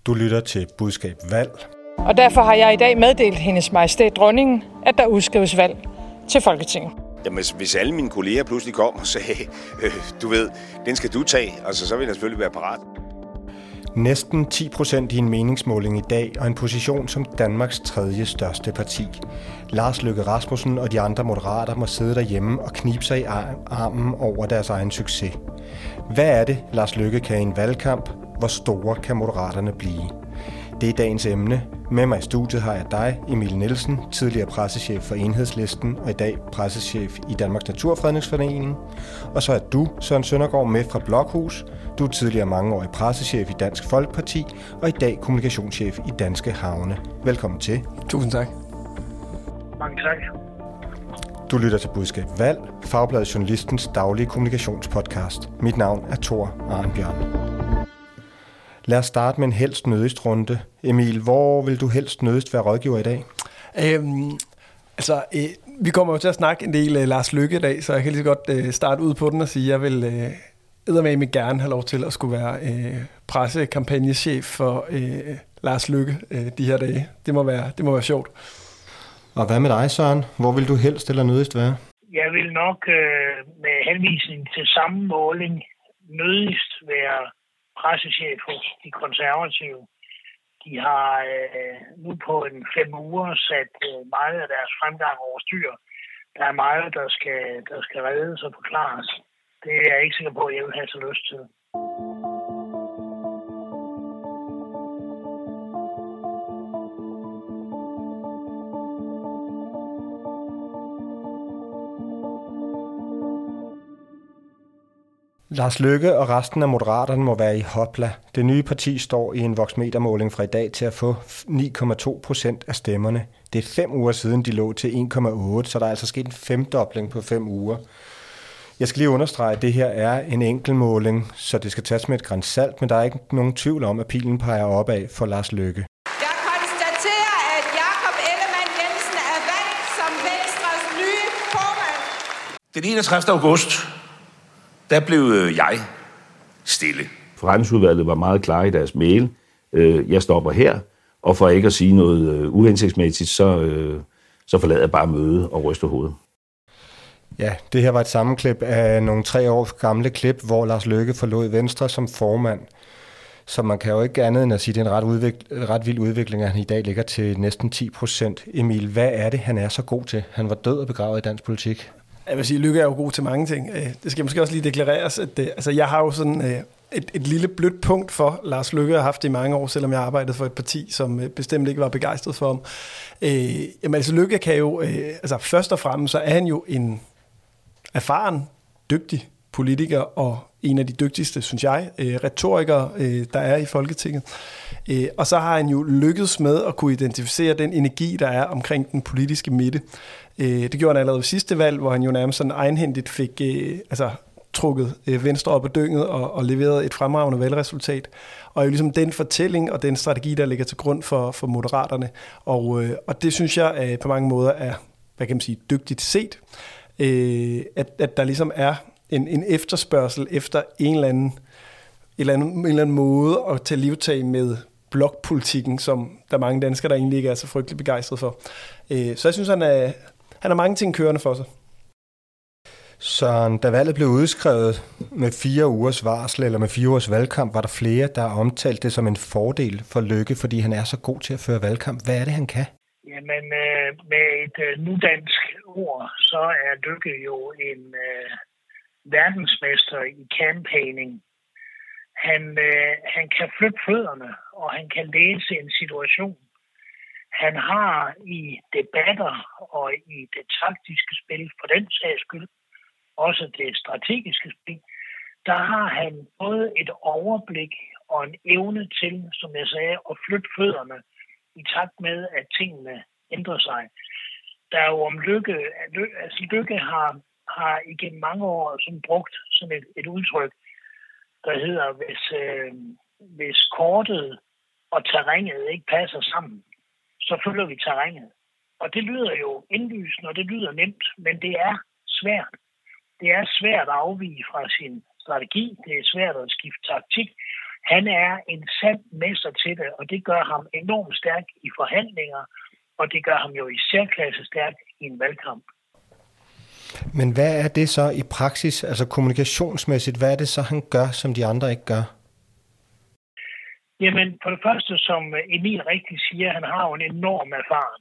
Du lytter til Budskab Valg. Og derfor har jeg i dag meddelt hendes majestæt dronningen, at der udskrives valg til Folketinget. Jamen, hvis alle mine kolleger pludselig kom og sagde, du ved, den skal du tage, altså, så vil jeg selvfølgelig være parat. Næsten 10% i en meningsmåling i dag, og en position som Danmarks tredje største parti. Lars Løkke Rasmussen og de andre moderater må sidde derhjemme og knibe sig i armen over deres egen succes. Hvad er det, Lars Løkke kan i en valgkamp? Hvor store kan moderaterne blive? Det er dagens emne. Med mig i studiet har jeg dig, Emil Nielsen, tidligere pressechef for Enhedslisten og i dag pressechef i Danmarks Naturfredningsforening. Og så er du, Søren Søndergaard, med fra Blokhus. Du er tidligere mangeårig pressechef i Dansk Folkeparti og i dag kommunikationschef i Danske Havne. Velkommen til. Tusind tak. Mange tak. Du lytter til Budskab Valg, Fagbladet Journalistens daglige kommunikationspodcast. Mit navn er Thor Arnbjørn. Lad os starte med en helst nødigst runde. Emil, hvor vil du helst nødigst være rådgiver i dag? Vi kommer jo til at snakke en del Lars Løkke i dag, så jeg kan lige så godt starte ud på den og sige, at jeg vil eddermame gerne have lov til at skulle være pressekampagnechef for Lars Løkke de her dage. Det må være sjovt. Og hvad med dig, Søren? Hvor vil du helst eller nødigst være? Jeg vil nok med henvisning til samme måling nødigst være pressechef hos de konservative. De har nu på en 5 uger sat meget af deres fremgang over styr. Der er meget, der skal reddes og forklares. Det er jeg ikke sikker på, at jeg vil have så lyst til. Lars Løkke og resten af moderaterne må være i hopla. Det nye parti står i en voksmetermåling fra i dag til at få 9,2% af stemmerne. Det er 5 uger siden, de lå til 1,8, så der er altså sket en femdobling på 5 uger. Jeg skal lige understrege, at det her er en enkeltmåling, så det skal tages med et gran salt, men der er ikke nogen tvivl om, at pilen peger opad for Lars Løkke. Jeg konstaterer, at Jakob Ellemann-Jensen er valgt som Venstres nye formand. Den 31. august, der blev jeg stille. Forretningsudvalget var meget klar i deres mail. Jeg stopper her, og for ikke at sige noget uhensigtsmæssigt, så forlader jeg bare mødet og ryster hovedet. Ja, det her var et sammenklip af nogle 3 år gamle klip, hvor Lars Løkke forlod Venstre som formand. Så man kan jo ikke andet end at sige, at det er en ret vild udvikling, at han i dag ligger til næsten 10%. Emil, hvad er det, han er så god til? Han var død og begravet i dansk politik. Jeg vil sige, Løkke er jo god til mange ting. Det skal måske også lige deklareres, at jeg har jo sådan et lille blødt punkt for Lars Løkke, jeg har haft det i mange år, selvom jeg arbejdede for et parti, som bestemt ikke var begejstret for ham. Løkke kan jo, først og fremmest, så er han jo en erfaren, dygtig politiker, og en af de dygtigste, synes jeg, retorikere, der er i Folketinget. Og så har han jo lykkedes med at kunne identificere den energi, der er omkring den politiske midte. Det gjorde han allerede ved sidste valg, hvor han jo nærmest sådan egenhændigt fik trukket Venstre op af dynget og leveret et fremragende valgresultat. Og jo ligesom den fortælling og den strategi, der ligger til grund for Moderaterne. Og det synes jeg på mange måder er, hvad kan man sige, dygtigt set. At der ligesom er en efterspørgsel efter en eller anden måde at tage livtag med blokpolitikken, som der er mange danskere, der egentlig ikke er så frygtelig begejstret for. Så jeg synes, han har mange ting kørende for sig. Så da valget blev udskrevet med 4 ugers varsel, eller med 4 ugers valgkamp, var der flere, der omtalte det som en fordel for Løkke, fordi han er så god til at føre valgkamp. Hvad er det, han kan? Jamen, med et nudansk ord, så er Løkke jo en verdensmester i campaigning. Han kan flytte fødderne, og han kan læse en situation. Han har i debatter og i det taktiske spil, for den sags skyld, også det strategiske spil, der har han både et overblik og en evne til, som jeg sagde, at flytte fødderne i takt med, at tingene ændrer sig. Der er jo om Løkke, altså Løkke har igennem mange år sådan brugt sådan et udtryk, der hedder, hvis kortet og terrænet ikke passer sammen, så følger vi terrænet. Og det lyder jo indlysende, og det lyder nemt, men det er svært. Det er svært at afvige fra sin strategi. Det er svært at skifte taktik. Han er en sand mester til det, og det gør ham enormt stærk i forhandlinger, og det gør ham jo i særklasse stærk i en valgkamp. Men hvad er det så i praksis, altså kommunikationsmæssigt, hvad er det så, han gør, som de andre ikke gør? Jamen, for det første, som Emil rigtig siger, han har jo en enorm erfaring,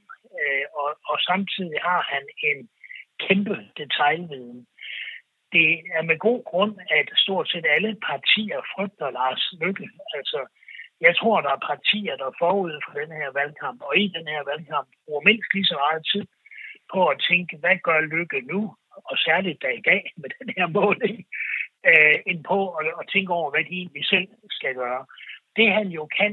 og samtidig har han en kæmpe detailviden. Det er med god grund, at stort set alle partier frygter Lars Løkke. Altså, jeg tror, der er partier, der forud for den her valgkamp, og i den her valgkamp bruger mindst lige så meget tid på at tænke, hvad gør Løkke nu? Og særligt da i dag med den her måling, end på at tænke over, hvad de egentlig selv skal gøre. Det han jo kan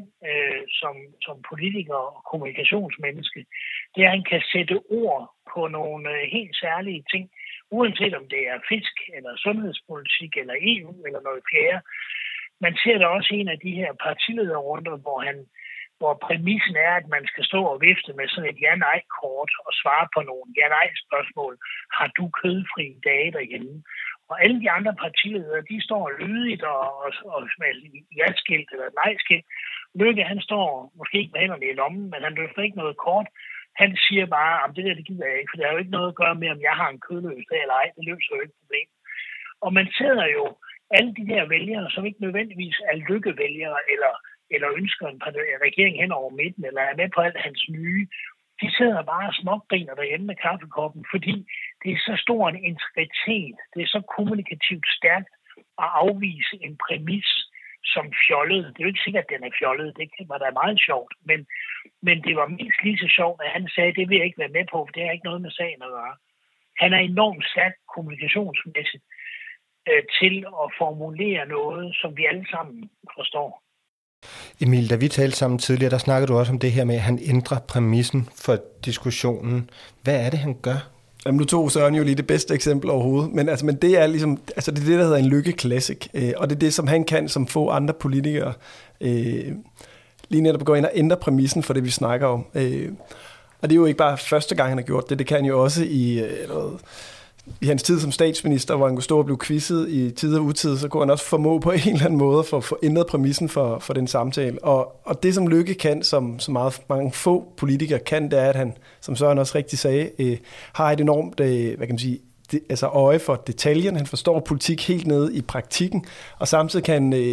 som politiker og kommunikationsmenneske, det er, at han kan sætte ord på nogle helt særlige ting, uanset om det er fisk, eller sundhedspolitik, eller EU, eller noget fjerde. Man ser da også en af de her partilederrunder, hvor præmissen er, at man skal stå og vifte med sådan et ja-nej-kort og svare på nogle ja-nej-spørgsmål. Har du kødfri dage derhjemme? Og alle de andre partiledere, de står lydigt og med ja-skilt eller nej-skilt. Løkke, han står måske ikke med hænderne i lommen, men han løfter ikke noget kort. Han siger bare, at det der, det gider jeg ikke, for det har jo ikke noget at gøre med, om jeg har en kødløs dag eller ej. Det løser jo ikke problem. Og man sidder jo alle de der vælgere, som ikke nødvendigvis er lykkevælgere, eller ønsker en regering hen over midten, eller er med på alt hans nye, de sidder bare og smågriner derhjemme med kaffekoppen, fordi det er så stor en integritet, det er så kommunikativt stærkt at afvise en præmis som fjollet. Det er jo ikke sikkert, at den er fjollet, det var da meget sjovt, men det var mindst lige så sjovt, at han sagde, det vil jeg ikke være med på, for det har ikke noget med sagen at gøre. Han er enormt stærk kommunikationsmæssigt til at formulere noget, som vi alle sammen forstår. Emil, da vi talte sammen tidligere, der snakkede du også om det her med, at han ændrer præmissen for diskussionen. Hvad er det, han gør? Jamen, nu tog Søren jo lige det bedste eksempel overhovedet, men det er ligesom, det er det, der hedder en Løkke Classic, og det er det, som han kan, som få andre politikere, lige netop gå ind og ændre præmissen for det, vi snakker om. Og det er jo ikke bare første gang, han har gjort det, det kan han jo også i hans tid som statsminister, hvor han kunne stå og blive quizzet i tid og utid, så kunne han også formå på en eller anden måde for at få ændret præmissen for den samtale. Og det, som Løkke kan, som så meget mange få politikere kan, det er, at han, som Søren også rigtig sagde, har et enormt, øje for detaljen. Han forstår politik helt nede i praktikken, og samtidig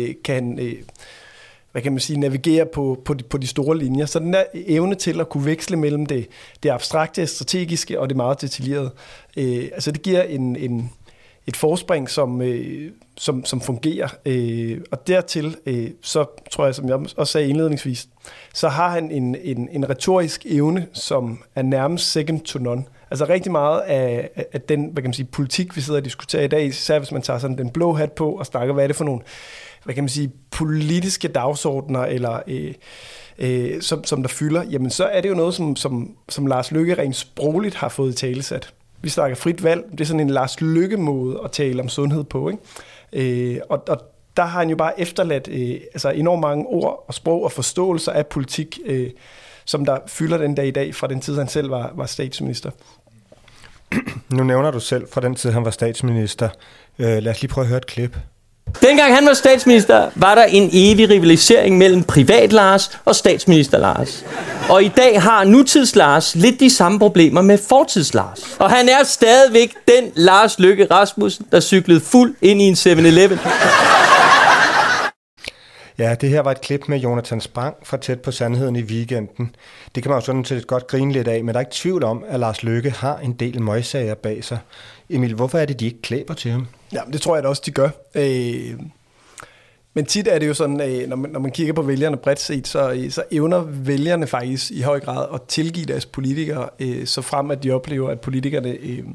kan navigere på de store linjer. Så den der evne til at kunne veksle mellem det abstrakte, strategiske og det meget detaljerede, det giver et forspring, som fungerer. Og dertil, så tror jeg, som jeg også sagde indledningsvis, så har han en retorisk evne, som er nærmest second to none. Altså rigtig meget af den, politik, vi sidder og diskuterer i dag, især hvis man tager sådan den blå hat på og snakker, hvad er det for nogle politiske dagsordner, eller som der fylder, jamen så er det jo noget, som Lars Løkke rent sprogligt har fået i talesat. Vi snakker frit valg, det er sådan en Lars Løkke-måde at tale om sundhed på, ikke? Og der har han jo bare efterladt enormt mange ord og sprog og forståelser af politik, som der fylder den dag i dag, fra den tid, han selv var statsminister. Nu nævner du selv fra den tid, han var statsminister. Lad os lige prøve at høre et klip. Dengang han var statsminister, var der en evig rivalisering mellem privat Lars og statsminister Lars. Og i dag har nutids Lars lidt de samme problemer med fortids Lars. Og han er stadigvæk den Lars Løkke Rasmussen, der cyklede fuld ind i en 7-Eleven. Ja, det her var et klip med Jonathan Spang fra Tæt på Sandheden i weekenden. Det kan man jo sådan set godt grine lidt af, men der er ikke tvivl om, at Lars Løkke har en del møgsager bag sig. Emil, hvorfor er det, de ikke klæber til ham? Ja, det tror jeg da også, de gør. Men tit er det jo sådan, når man kigger på vælgerne bredt set, så evner vælgerne faktisk i høj grad at tilgive deres politikere, så frem at de oplever, at politikerne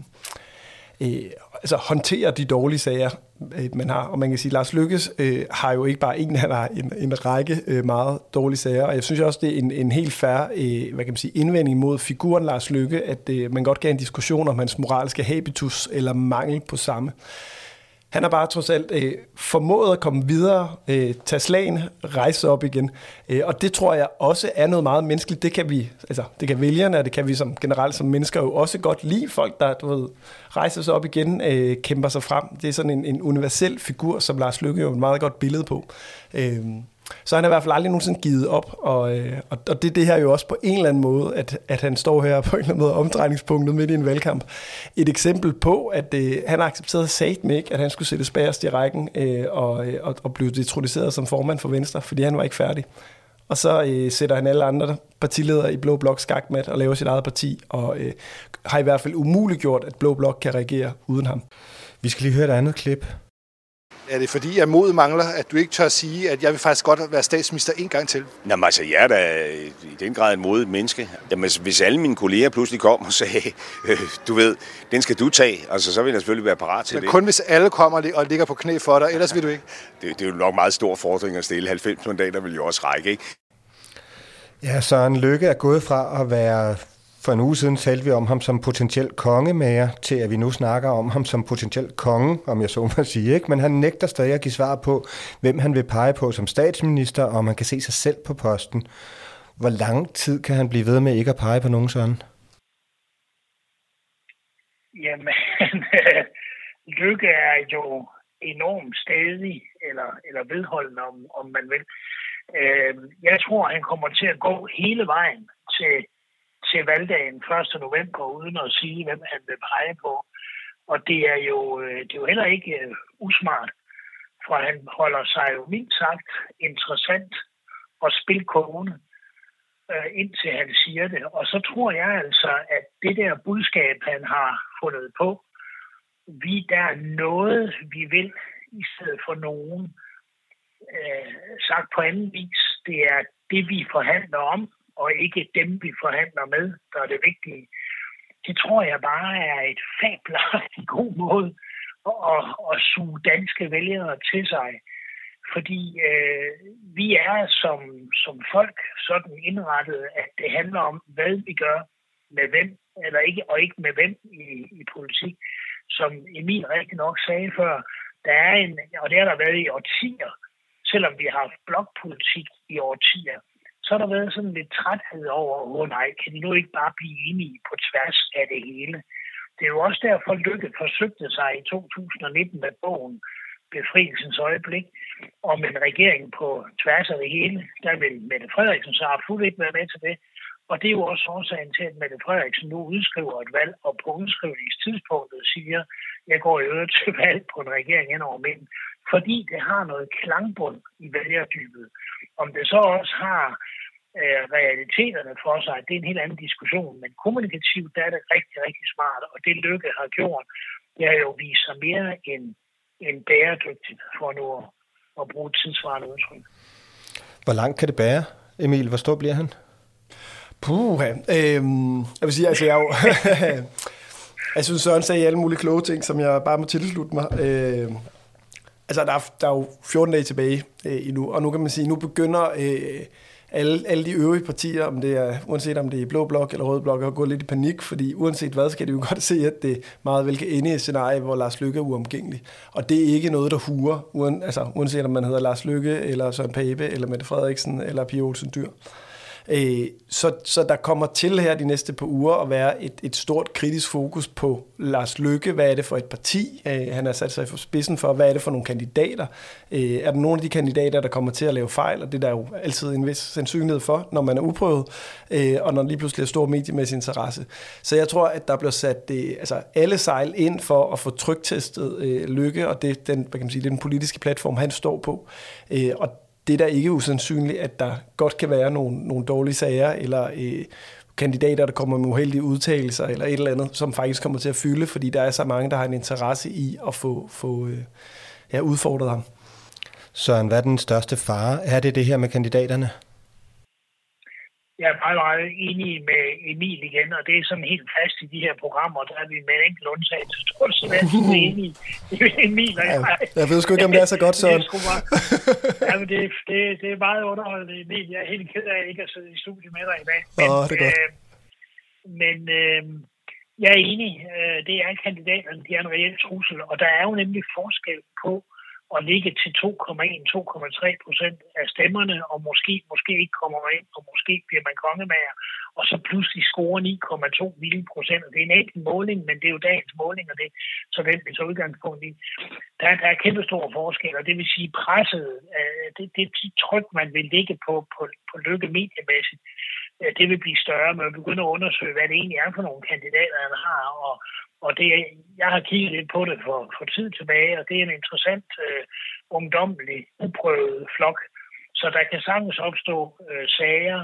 håndterer de dårlige sager, man har. Og man kan sige, at Lars Løkke har jo ikke bare han har en række meget dårlige sager, og jeg synes også, det er en helt fair indvending mod figuren Lars Løkke, at man godt kan have en diskussion om hans moralske habitus eller mangel på samme. Han har bare trods alt formået at komme videre, tage slagene, rejse op igen. Og det tror jeg også er noget meget menneskeligt. Det kan vælgerne, og det kan vi generelt som mennesker jo også godt lide. Folk, der rejser sig op igen, kæmper sig frem. Det er sådan en universel figur, som Lars Løkke jo er et meget godt billede på. Så han har i hvert fald aldrig nogensinde givet op, og det her jo også på en eller anden måde, at han står her på en eller anden måde omdrejningspunktet midt i en valgkamp. Et eksempel på, at han har accepteret satme ikke, at han skulle sætte bagerst i rækken og blive introduceret som formand for Venstre, fordi han var ikke færdig. Og så sætter han alle andre partiledere i Blå Blok skakmat og laver sit eget parti, og har i hvert fald umuliggjort, at Blå Blok kan regere uden ham. Vi skal lige høre et andet klip. Er det fordi, at mod mangler, at du ikke tør sige, at jeg vil faktisk godt være statsminister en gang til? Jamen altså, jeg er da i den grad en modigt menneske. Jamen, hvis alle mine kolleger pludselig kom og sagde, du ved, den skal du tage, altså så vil jeg selvfølgelig være parat til det. Men kun hvis alle kommer og ligger på knæ for dig, ellers vil du ikke? Det er jo nok meget stor fordring at stille. 90 mandater vil jo også række, ikke? Ja, Søren Løkke er gået fra at være... For en uge siden talte vi om ham som potentiel kongemager, til at vi nu snakker om ham som potentiel konge, om jeg så må sige, ikke? Men han nægter stadig at give svar på, hvem han vil pege på som statsminister, og om han kan se sig selv på posten. Hvor lang tid kan han blive ved med ikke at pege på nogen sådan? Jamen, Løkke er jo enormt stædig, eller vedholdende, om man vil. Jeg tror, han kommer til at gå hele vejen til valgdagen 1. november, uden at sige, hvem han vil pege på. Og det er jo heller ikke usmart, for han holder sig jo mildt sagt interessant og spilkogende, indtil han siger det. Og så tror jeg altså, at det der budskab, han har fundet på, der er noget, vi vil, i stedet for nogen, sagt på anden vis, det er det, vi forhandler om, og ikke dem, vi forhandler med, der er det vigtige. Det tror jeg bare er et fabelagtigt god måde at suge danske vælgere til sig. Fordi vi er som folk sådan indrettet, at det handler om, hvad vi gør med hvem, eller ikke, og ikke med hvem i politik. Som Emil rigtig nok sagde før, der er og det har der været i årtier, selvom vi har haft blokpolitik i årtier, så har der været sådan lidt træthed over, nej, kan de nu ikke bare blive enige på tværs af det hele? Det er jo også derfor, Løkke forsøgte sig i 2019 med bogen Befrielsens øjeblik, om en regering på tværs af det hele. Der vil Mette Frederiksen så absolut ikke være med til det. Og det er jo også årsagen til, at Mette Frederiksen nu udskriver et valg, og på udskrivningstidspunktet siger, jeg går i øvrigt til valg på en regering hen over midten, fordi det har noget klangbund i vælgerdybet. Om det så også har realiteterne for sig, det er en helt anden diskussion, men kommunikativt der er det rigtig, rigtig smart, og det Løkke har gjort, det har jo vist sig mere end bæredygtigt, for nu at bruge et tidsvarende udtryk. Hvor langt kan det bære, Emil? Hvor stor bliver han? Jeg vil sige, altså jeg synes, Søren sagde alle mulige kloge ting, som jeg bare må tilslutte mig. Altså, der er jo 14 dage tilbage endnu, og nu kan man sige, nu begynder alle de øvrige partier, uanset om det er Blå Blok eller Rød Blok, at gå lidt i panik, fordi uanset hvad, skal det jo godt se, at det meget vel kan ende i et scenarie, hvor Lars Løkke er uomgængelig. Og det er ikke noget, der huer, uanset om man hedder Lars Løkke, eller Søren Pape, eller Mette Frederiksen, eller Pia Olsen Dyhr. Så der kommer til her de næste par uger at være et stort kritisk fokus på Lars Løkke. Hvad er det for et parti? Han har sat sig for spidsen for, hvad er det for nogle kandidater? Er der nogle af de kandidater, der kommer til at lave fejl? Og det er der jo altid en vis sandsynlighed for, når man er uprøvet, og når lige pludselig er stor mediemæssig interesse. Så jeg tror, at der bliver sat alle sejl ind for at få tryktestet Løkke, og det er den politiske platform, han står på. Og det er da ikke usandsynligt, at der godt kan være nogle dårlige sager, eller kandidater, der kommer med uheldige udtalelser, eller et eller andet, som faktisk kommer til at fylde, fordi der er så mange, der har en interesse i at få udfordret ham. Søren, hvad er den største fare? Er det her med kandidaterne? Jeg er meget, meget enig med Emil igen, og det er sådan helt fast i de her programmer, der er vi med en enkelt undtagelse. Så tror jeg, at vi er enige. Emil og jeg. Jeg ved sgu ikke, om det er så godt, Søren. Men det er meget underholdende, Emil. Jeg er helt ked af, at jeg ikke har siddet i studiet med dig i dag. Det er godt. Men jeg er enig. Det er kandidaterne, de er en reel trussel, og der er jo nemlig forskel på, at ligge til 2,1-2,3% af stemmerne, og måske ikke kommer ind, og måske bliver man kongemager, og så pludselig scorer 9,2 vilde procent. Det er en enkelt måling, men det er jo dagens måling, og det så den er så udgangspunkt i. Der er kæmpe store forskelle, og det vil sige presset, det tryk, man vil ligge på Løkke mediemæssigt, det vil blive større, men vi begynder at undersøge, hvad det egentlig er for nogle kandidater, han har, og det, jeg har kigget lidt på det for tid tilbage, og det er en interessant, ungdommelig, uprøvet flok. Så der kan sagtens opstå sager,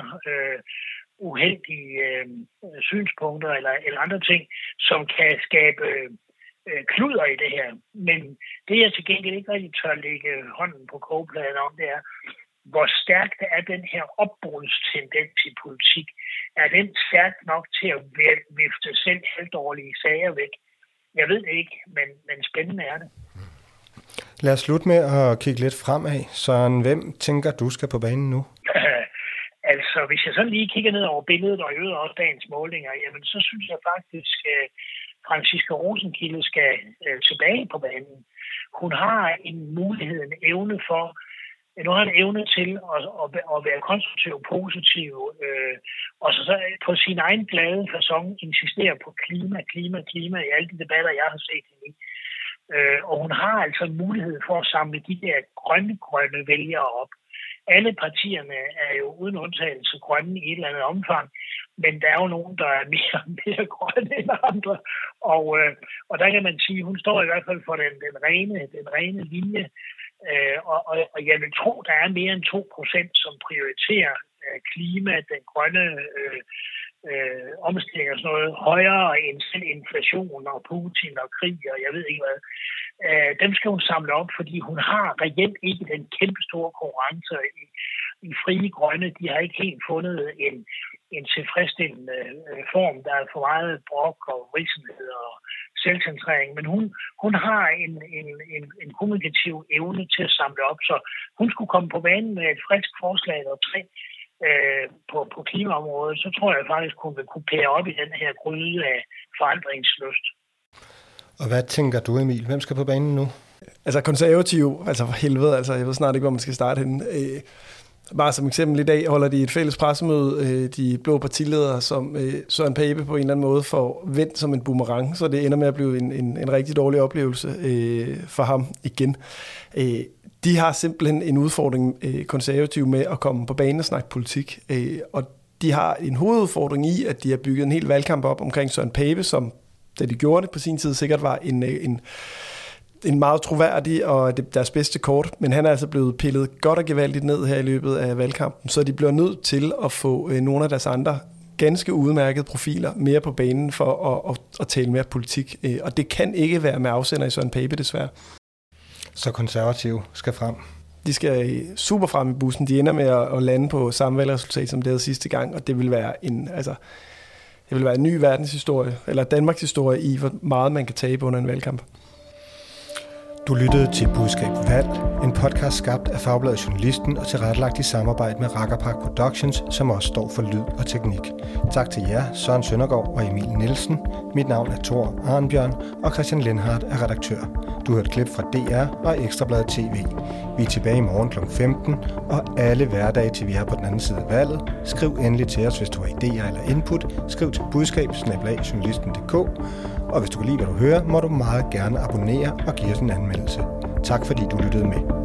uheldige synspunkter eller andre ting, som kan skabe kluder i det her. Men det, jeg til gengæld ikke rigtig tør lægge hånden på kogepladen om, det er, hvor stærkt er den her opbrudstendens i politik? Er den stærk nok til at vifte selv halvdårlige sager væk? Jeg ved det ikke, men spændende er det. Lad os slutte med at kigge lidt fremad. Søren, hvem tænker du skal på banen nu? Altså, hvis jeg så lige kigger ned over billedet og øger også dagens målinger, jamen så synes jeg faktisk, at Franciska Rosenkilde skal tilbage på banen. Hun har en mulighed, en evne for, nu har en evne til at være konstruktiv, positiv, og så på sin egen glade facon insistere på klima i alle de debatter, jeg har set hende i. Og hun har altså en mulighed for at samle de der grønne vælgere op. Alle partierne er jo uden undtagelse grønne i et eller andet omfang, men der er jo nogen, der er mere grønne end andre. Og der kan man sige, at hun står i hvert fald for den rene linje. Og jeg vil tro, der er mere end 2%, som prioriterer klima, den grønne omstilling og sådan noget, højere end selv inflation og Putin og krig og jeg ved ikke hvad. Dem skal hun samle op, fordi hun har reelt ikke den kæmpe store konkurrence i Frie Grønne. De har ikke helt fundet en tilfredsstillende form. Der er for meget brok og risenhed og selvcentrering, men hun har en kommunikativ evne til at samle op, så hun skulle komme på banen med et frisk forslag eller 3 på klimaområdet, så tror jeg faktisk, hun vil kunne pære op i den her gryde af forandringslyst. Og hvad tænker du, Emil? Hvem skal på banen nu? Altså konservativ, altså for helvede, altså jeg ved snart ikke, hvor man skal starte henne. Bare som eksempel i dag holder de et fælles pressemøde, de blå partiledere, som Søren Pape på en eller anden måde får vendt som en boomerang, så det ender med at blive en rigtig dårlig oplevelse for ham igen. De har simpelthen en udfordring konservativ med at komme på banen og snakke politik, og de har en hovedudfordring i, at de har bygget en hel valgkamp op omkring Søren Pape, som da de gjorde det på sin tid sikkert var en meget troværdig og deres bedste kort, men han er altså blevet pillet godt og gevaldigt ned her i løbet af valgkampen, så de bliver nødt til at få nogle af deres andre ganske udmærkede profiler mere på banen for at tale mere politik, og det kan ikke være med afsender i Søren Pape desværre. Så konservative skal frem? De skal super frem i bussen. De ender med at lande på samme valgresultat, som det havde sidste gang, og det vil være en ny verdenshistorie, eller Danmarks historie i, hvor meget man kan tabe under en valgkamp. Du lyttede til Budskab Valg, en podcast skabt af Fagbladet Journalisten og tilrettelagt i samarbejde med Rakkerpark Productions, som også står for lyd og teknik. Tak til jer, Søren Søndergaard og Emil Nielsen. Mit navn er Thor Arnbjørn, og Christian Lindhardt er redaktør. Du hørte klip fra DR og Ekstrabladet TV. Vi er tilbage i morgen kl. 15, og alle hverdage til vi er på den anden side af valget. Skriv endelig til os, hvis du har idéer eller input. Skriv til budskab@journalisten.dk. Og hvis du kan lide, hvad du hører, må du meget gerne abonnere og give os en anmeldelse. Tak fordi du lyttede med.